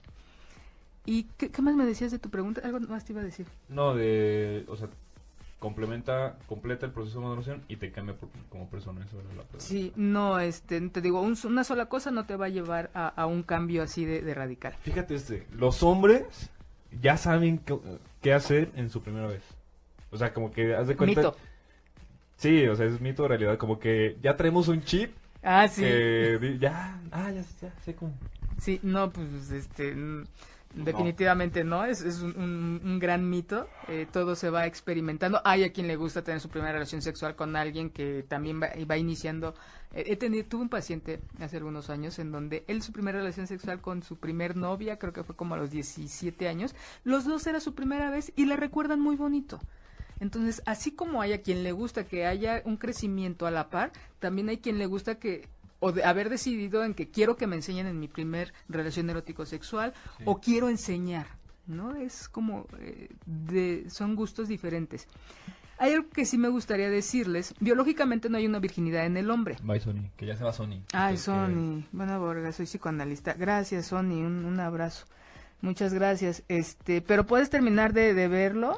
¿Y qué, qué más me decías de tu pregunta? Algo más te iba a decir. No, de, o sea, complementa, completa el proceso de maduración y te cambia por- como persona, eso era la pregunta. Sí, no, este, te digo, un- una sola cosa no te va a llevar a, a un cambio así de, de radical. Fíjate este, los hombres ya saben qué, qué hacer en su primera vez. O sea, como que haz de cuenta. Mito. Sí, o sea, es mito o realidad, como que ya traemos un chip Ah, sí. que di- ya, ah, ya, ya sé cómo. Sí, no, pues este, mm, definitivamente no, es, es un, un- un gran mito, eh, todo se va experimentando. Hay a quien le gusta tener su primera relación sexual con alguien que también va, va iniciando. Eh, he tenido, tuve un paciente hace algunos años en donde él su primera relación sexual con su primer novia, creo que fue como a los diecisiete años, los dos era su primera vez y le recuerdan muy bonito. Entonces, así como hay a quien le gusta que haya un crecimiento a la par, también hay quien le gusta que, o de haber decidido en que quiero que me enseñen en mi primer relación erótico-sexual, Sí. o quiero enseñar, ¿no? Es como, eh, de, son gustos diferentes. Hay algo que sí me gustaría decirles, biológicamente no hay una virginidad en el hombre. Bye, Sony, que ya se va Sony. Ay, Es que- Sony, buena Borga, soy psicoanalista. Gracias, Sony, un, un abrazo. Muchas gracias. Este, pero puedes terminar de, de verlo.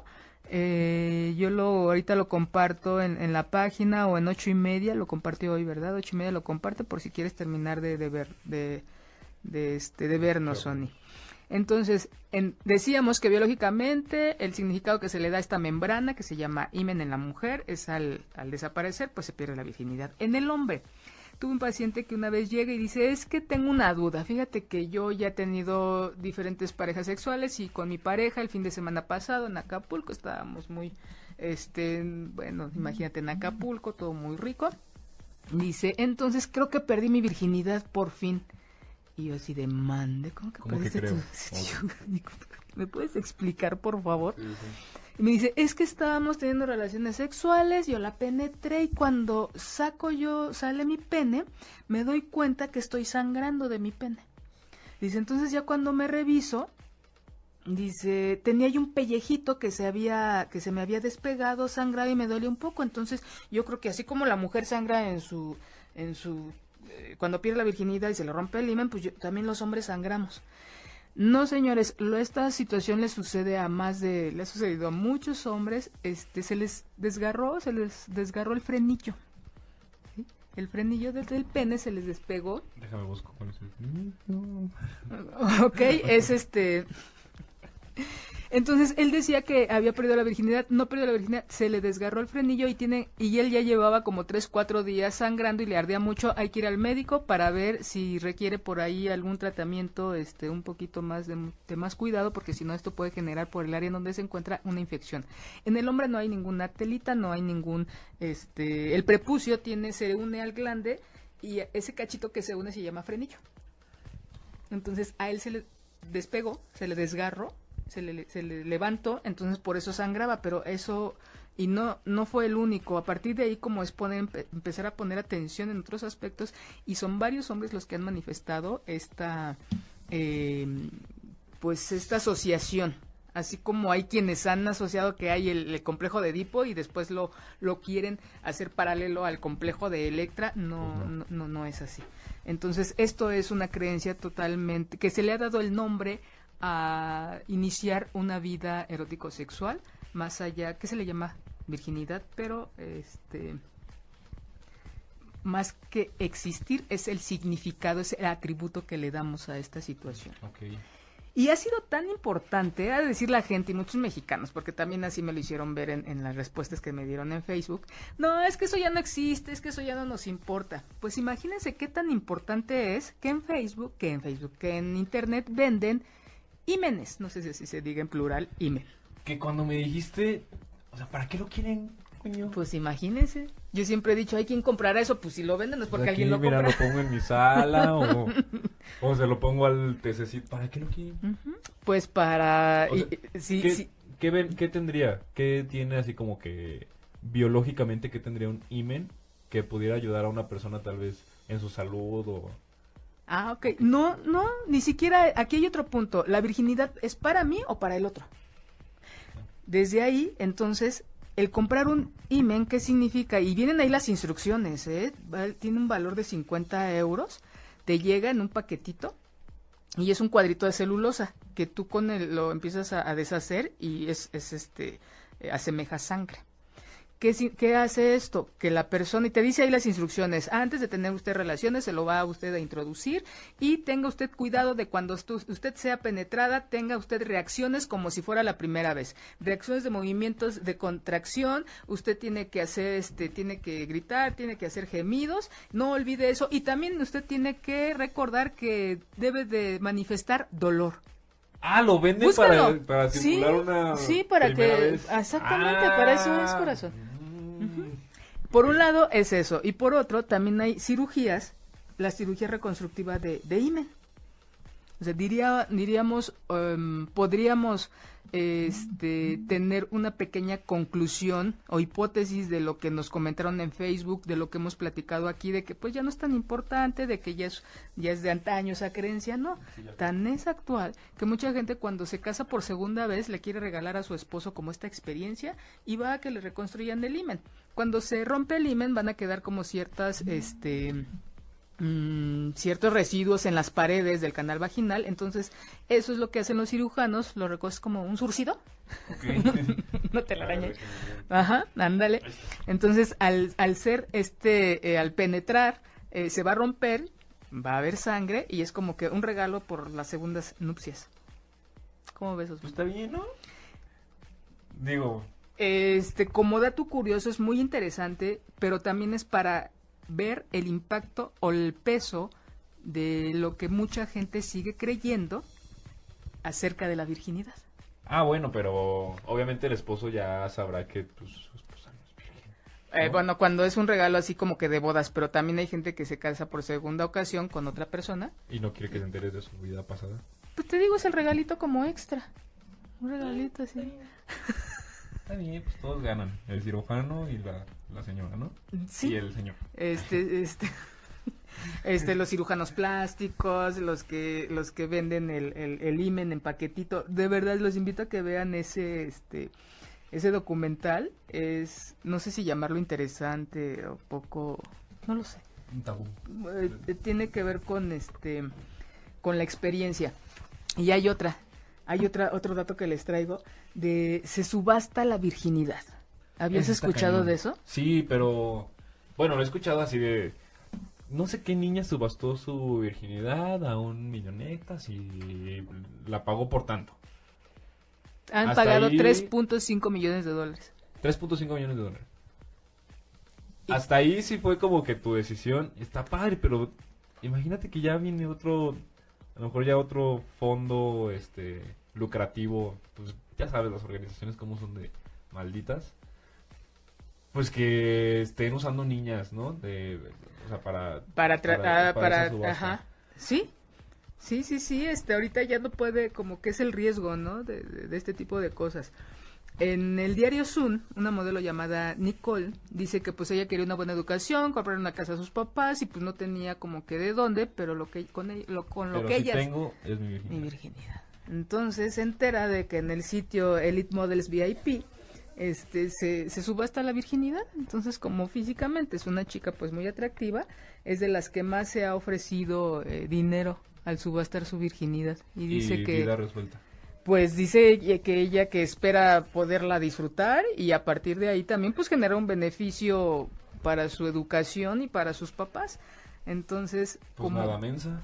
Eh, yo lo ahorita lo comparto en, en la página o en ocho y media, lo compartí hoy, ¿verdad? Ocho y media lo comparte por si quieres terminar de, de ver, de, de, este, de vernos, Sony. Entonces, en, decíamos que biológicamente el significado que se le da a esta membrana, que se llama himen en la mujer, es al, al desaparecer, pues se pierde la virginidad. En el hombre, tuve un paciente que una vez llega y dice, es que tengo una duda, fíjate que yo ya he tenido diferentes parejas sexuales y con mi pareja el fin de semana pasado en Acapulco, estábamos muy, este, bueno, imagínate en Acapulco, todo muy rico. Dice, entonces creo que perdí mi virginidad por fin. Y yo así de mande, ¿cómo que ¿Cómo que perdiste creo? tu... ¿Me puedes explicar, por favor? Sí, sí. Y me dice, es que estábamos teniendo relaciones sexuales, yo la penetré y cuando saco yo, sale mi pene, me doy cuenta que estoy sangrando de mi pene. Dice, entonces ya cuando me reviso, dice, tenía yo un pellejito que se había, que se me había despegado, sangrado y me dolía un poco. Entonces yo creo que así como la mujer sangra en su, en su, eh, cuando pierde la virginidad y se le rompe el himen, pues yo, también los hombres sangramos. No, señores, lo, esta situación le sucede a más de, le ha sucedido a muchos hombres, este, se les desgarró, se les desgarró el frenillo, ¿sí? El frenillo del, del pene se les despegó. Déjame busco cuál es el... Ok, es este... Entonces él decía que había perdido la virginidad, no perdió la virginidad, se le desgarró el frenillo y tiene y él ya llevaba como tres, cuatro días sangrando y le ardía mucho. Hay que ir al médico para ver si requiere por ahí algún tratamiento, este, un poquito más de, de más cuidado, porque si no esto puede generar por el área en donde se encuentra una infección. En el hombre no hay ninguna telita, no hay ningún, este, el prepucio tiene, se une al glande y ese cachito que se une se llama frenillo. Entonces a él se le despegó, se le desgarró. Se le, se le levantó, entonces por eso sangraba, pero eso, y no no fue el único. A partir de ahí, como es poner, empe, empezar a poner atención en otros aspectos, y son varios hombres los que han manifestado esta, eh, pues esta asociación. Así como hay quienes han asociado que hay el, el complejo de Edipo y después lo, lo quieren hacer paralelo al complejo de Electra, no, uh-huh. no, no, no es así. Entonces, esto es una creencia totalmente, que se le ha dado el nombre a iniciar una vida erótico-sexual, más allá, que se le llama virginidad, pero este más que existir, es el significado, es el atributo que le damos a esta situación. Okay. Y ha sido tan importante, a decir la gente y muchos mexicanos, porque también así me lo hicieron ver en, en las respuestas que me dieron en Facebook, no, es que eso ya no existe, es que eso ya no nos importa. Pues imagínense qué tan importante es que en Facebook, que en Facebook, que en Internet venden ímenes, no sé si así se diga en plural, ímen. Que cuando me dijiste, o sea, ¿para qué lo quieren, coño? Pues imagínense, yo siempre he dicho, hay quien comprará eso, pues si lo venden es porque aquí, alguien lo mira, compra. Mira, lo pongo en mi sala o, o se lo pongo al tececito, ¿para qué lo quieren? Uh-huh. Pues para... O sea, y, sí, ¿qué, sí. ¿qué, ven, ¿Qué tendría? ¿Qué tiene así como que biológicamente qué tendría un himen que pudiera ayudar a una persona tal vez en su salud o... Ah, ok. No, no, ni siquiera, aquí hay otro punto. ¿La virginidad es para mí o para el otro? Desde ahí, entonces, el comprar un himen, ¿qué significa? Y vienen ahí las instrucciones, ¿eh? Tiene un valor de cincuenta euros, te llega en un paquetito y es un cuadrito de celulosa que tú con el, lo empiezas a, a deshacer y es, es este, eh, asemeja sangre. ¿Qué, ¿Qué hace esto? Que la persona, y te dice ahí las instrucciones, antes de tener usted relaciones, se lo va a usted a introducir y tenga usted cuidado de cuando usted sea penetrada, tenga usted reacciones como si fuera la primera vez. Reacciones de movimientos de contracción, usted tiene que hacer, este, tiene que gritar, tiene que hacer gemidos, no olvide eso. Y también usted tiene que recordar que debe de manifestar dolor. Ah, lo venden para, para simular sí, una sí, para que vez. Exactamente, ah. para eso es, corazón. Uh-huh. Por un lado es eso, y por otro también hay cirugías, la cirugía reconstructiva de, de himen. O sea, diría, diríamos, um, podríamos este, tener una pequeña conclusión o hipótesis de lo que nos comentaron en Facebook, de lo que hemos platicado aquí, de que pues ya no es tan importante, de que ya es, ya es de antaño esa creencia, no, sí, tan es actual que mucha gente cuando se casa por segunda vez le quiere regalar a su esposo como esta experiencia y va a que le reconstruyan el himen. Cuando se rompe el himen van a quedar como ciertas, este... mmm, ciertos residuos en las paredes del canal vaginal. Entonces, eso es lo que hacen los cirujanos, lo recoges como un surcido. Ok. No te la arañes. Ajá, ándale. Entonces, al, al ser este, eh, al penetrar, eh, se va a romper, va a haber sangre y es como que un regalo por las segundas nupcias. ¿Cómo ves, Osvaldo? Pues está bien, ¿no? Digo, Este, como dato curioso, es muy interesante, pero también es para ver el impacto o el peso de lo que mucha gente sigue creyendo acerca de la virginidad. ah, bueno, pero obviamente el esposo ya sabrá que pues, su esposa no es virgen. Eh, ¿no? bueno, cuando es un regalo así como que de bodas, pero también hay gente que se casa por segunda ocasión con otra persona. Y no quiere que se entere de su vida pasada. Pues te digo, es el regalito como extra. Un regalito así. Está bien, pues todos ganan. El cirujano y la, la señora, ¿no? Sí. Y el señor. Este, este, este, los cirujanos plásticos, los que, los que venden el, el, el himen en paquetito. De verdad, los invito a que vean ese, este, ese documental. Es, no sé si llamarlo interesante o poco, no lo sé. Un tabú. Eh, tiene que ver con este, con la experiencia. Y hay otra, hay otra, otro dato que les traigo de se subasta la virginidad. ¿Habías Ese está escuchado cañón. de eso? Sí, pero bueno, lo he escuchado así de no sé qué niña subastó su virginidad a un millonetas y la pagó por tanto. Han Hasta pagado ahí- tres punto cinco millones de dólares. tres punto cinco millones de dólares. Y- Hasta ahí sí fue como que tu decisión está padre, pero imagínate que ya viene otro, a lo mejor ya otro fondo este lucrativo, pues ya sabes las organizaciones como son de malditas. Pues que estén usando niñas, ¿no? De, o sea, para Para tra- para, ah, para para, esa subasta. ajá. Sí. Sí, sí, sí, este ahorita ya no puede, como que es el riesgo, ¿no? De, de, de este tipo de cosas. En el diario Sun, una modelo llamada Nicole dice que pues ella quería una buena educación, comprar una casa a sus papás y pues no tenía como que de dónde, pero lo que con, ell- lo, con lo Pero que si ella tengo es mi mi virginidad. virginidad. Entonces se entera de que en el sitio Elite Models V I P este se, se subasta la virginidad. Entonces, como físicamente es una chica pues muy atractiva, es de las que más se ha ofrecido eh, dinero al subastar su virginidad. Y dice y que vida resuelta. pues dice que ella que espera poderla disfrutar y a partir de ahí también pues genera un beneficio para su educación y para sus papás. Entonces, Pues como nada mensa.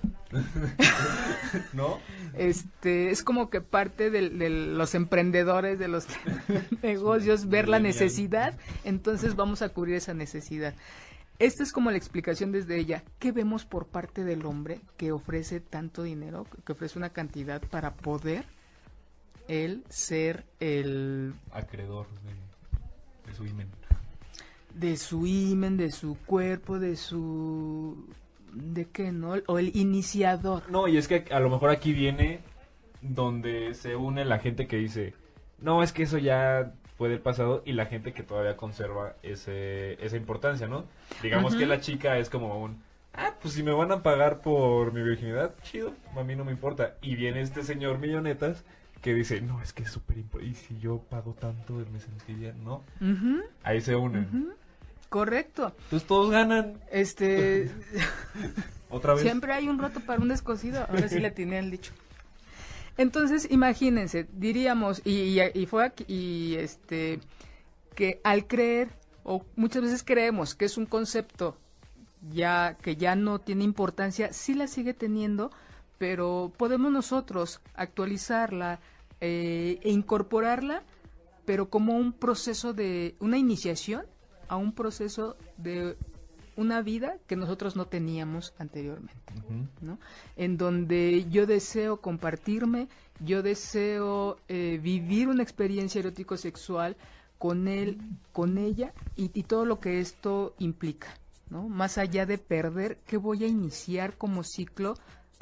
¿No? este es como que parte de, de los emprendedores de los negocios ver la millennial. necesidad, entonces vamos a cubrir esa necesidad. Esta es como la explicación desde ella. ¿Qué vemos por parte del hombre que ofrece tanto dinero, que ofrece una cantidad para poder él ser el Acreedor de, de su himen. de su himen, de su cuerpo, de su de qué, ¿no? O el iniciador. No, y es que a lo mejor aquí viene donde se une la gente que dice, no, es que eso ya fue del pasado, y la gente que todavía conserva ese, esa importancia, ¿no? Digamos Ujú. que la chica es como un, ah, pues si me van a pagar por mi virginidad, chido, a mí no me importa. Y viene este señor millonetas que dice, no, es que es súper importante, y si yo pago tanto me sentiría, ¿no? Ujú, Ahí se unen. ujú. Correcto. Entonces todos ganan, Este otra vez. siempre hay un roto para un descosido. Ahora sí le tiene el dicho. Entonces, imagínense, diríamos, y, y, y fue aquí, y este, que al creer, o muchas veces creemos que es un concepto ya que ya no tiene importancia, sí la sigue teniendo, pero podemos nosotros actualizarla eh, e incorporarla, pero como un proceso de, una iniciación a un proceso de una vida que nosotros no teníamos anteriormente. Ujú. ¿No? En donde yo deseo compartirme, yo deseo eh, vivir una experiencia erótico-sexual con él, con ella y, y todo lo que esto implica, ¿no? Más allá de perder, ¿qué voy a iniciar como ciclo,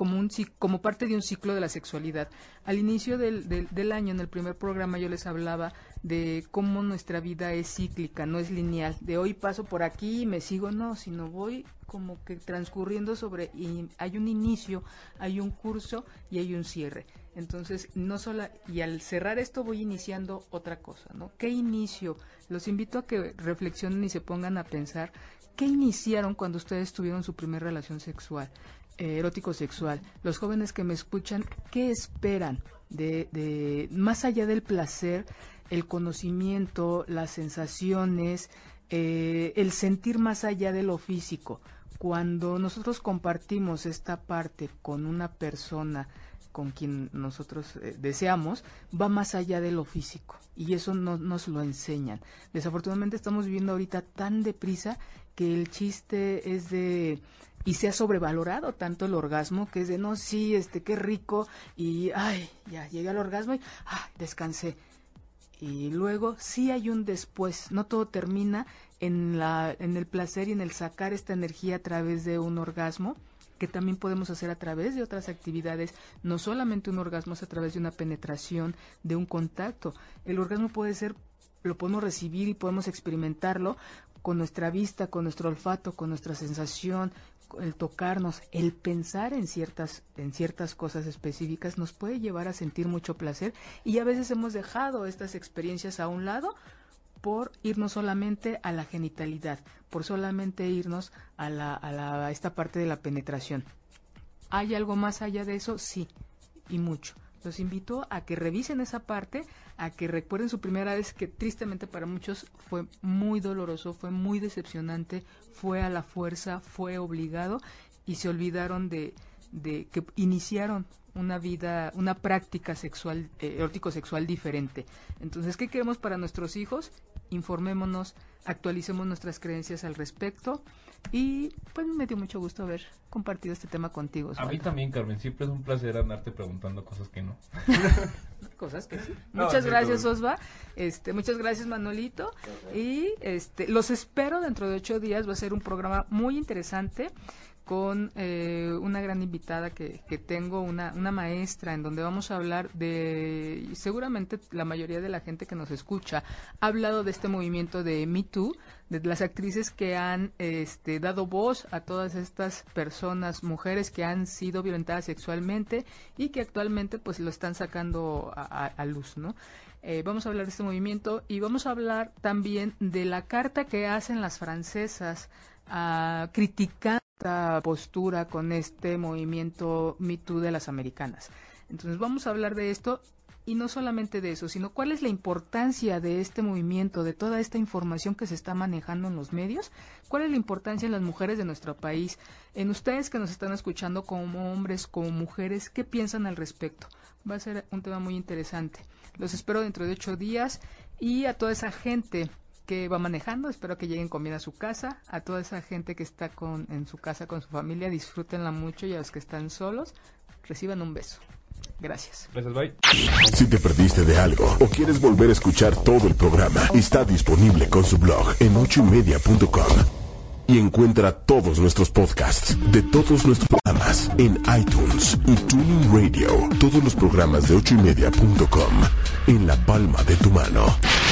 como, un, como parte de un ciclo de la sexualidad. Al inicio del, del, del año, en el primer programa, yo les hablaba de cómo nuestra vida es cíclica, no es lineal, de hoy paso por aquí y me sigo, no, sino voy como que transcurriendo sobre, y hay un inicio, hay un curso y hay un cierre. Entonces, no solo, y al cerrar esto voy iniciando otra cosa, ¿no? ¿Qué inicio? Los invito a que reflexionen y se pongan a pensar, ¿qué iniciaron cuando ustedes tuvieron su primera relación sexual, eh, erótico-sexual? Los jóvenes que me escuchan, ¿qué esperan de, de más allá del placer, el conocimiento, las sensaciones, eh, el sentir más allá de lo físico? Cuando nosotros compartimos esta parte con una persona con quien nosotros eh, deseamos, va más allá de lo físico, y eso no nos lo enseñan. Desafortunadamente estamos viviendo ahorita tan deprisa que el chiste es de, y se ha sobrevalorado tanto el orgasmo, que es de, no, sí, este, qué rico, y, ay, ya llegué al orgasmo y, ay, descansé. Y luego sí hay un después, no todo termina en la en el placer y en el sacar esta energía a través de un orgasmo, que también podemos hacer a través de otras actividades. No solamente un orgasmo es a través de una penetración, de un contacto. El orgasmo puede ser, lo podemos recibir y podemos experimentarlo con nuestra vista, con nuestro olfato, con nuestra sensación, el tocarnos, el pensar en ciertas en ciertas cosas específicas nos puede llevar a sentir mucho placer, y a veces hemos dejado estas experiencias a un lado por irnos solamente a la genitalidad, por solamente irnos a la a la a esta parte de la penetración. ¿Hay algo más allá de eso? Sí, y mucho. Los invito a que revisen esa parte, a que recuerden su primera vez, que tristemente para muchos fue muy doloroso, fue muy decepcionante, fue a la fuerza, fue obligado, y se olvidaron de, de que iniciaron una vida, una práctica sexual, eh, erótico-sexual diferente. Entonces, ¿qué queremos para nuestros hijos? Informémonos, actualicemos nuestras creencias al respecto, y pues me dio mucho gusto haber compartido este tema contigo, Osvaldo. A mí también, Carmen, siempre es un placer andarte preguntando cosas que no. Cosas que sí. No, muchas sí, gracias, todo. Osva. Este, muchas gracias, Manuelito. Y este, los espero dentro de ocho días. Va a ser un programa muy interesante con eh, una gran invitada que, que tengo, una, una maestra, en donde vamos a hablar de, seguramente la mayoría de la gente que nos escucha ha hablado de este movimiento de Me Too, de las actrices que han este, dado voz a todas estas personas, mujeres que han sido violentadas sexualmente y que actualmente pues lo están sacando a, a, a luz, ¿no? Eh, vamos a hablar de este movimiento, y vamos a hablar también de la carta que hacen las francesas a criticar esta postura con este movimiento Me Too de las americanas. Entonces vamos a hablar de esto, y no solamente de eso, sino cuál es la importancia de este movimiento, de toda esta información que se está manejando en los medios, cuál es la importancia en las mujeres de nuestro país, en ustedes que nos están escuchando como hombres, como mujeres, ¿qué piensan al respecto? Va a ser un tema muy interesante. Los espero dentro de ocho días, y a toda esa gente que va manejando, espero que lleguen con bien a su casa, a toda esa gente que está con en su casa con su familia, disfrútenla mucho, y a los que están solos, reciban un beso. Gracias. Gracias, bye. Si te perdiste de algo o quieres volver a escuchar todo el programa, está disponible con su blog en ocho y media punto com. Y encuentra todos nuestros podcasts de todos nuestros programas en iTunes y Tuning Radio. Todos los programas de ocho y media punto com en la palma de tu mano.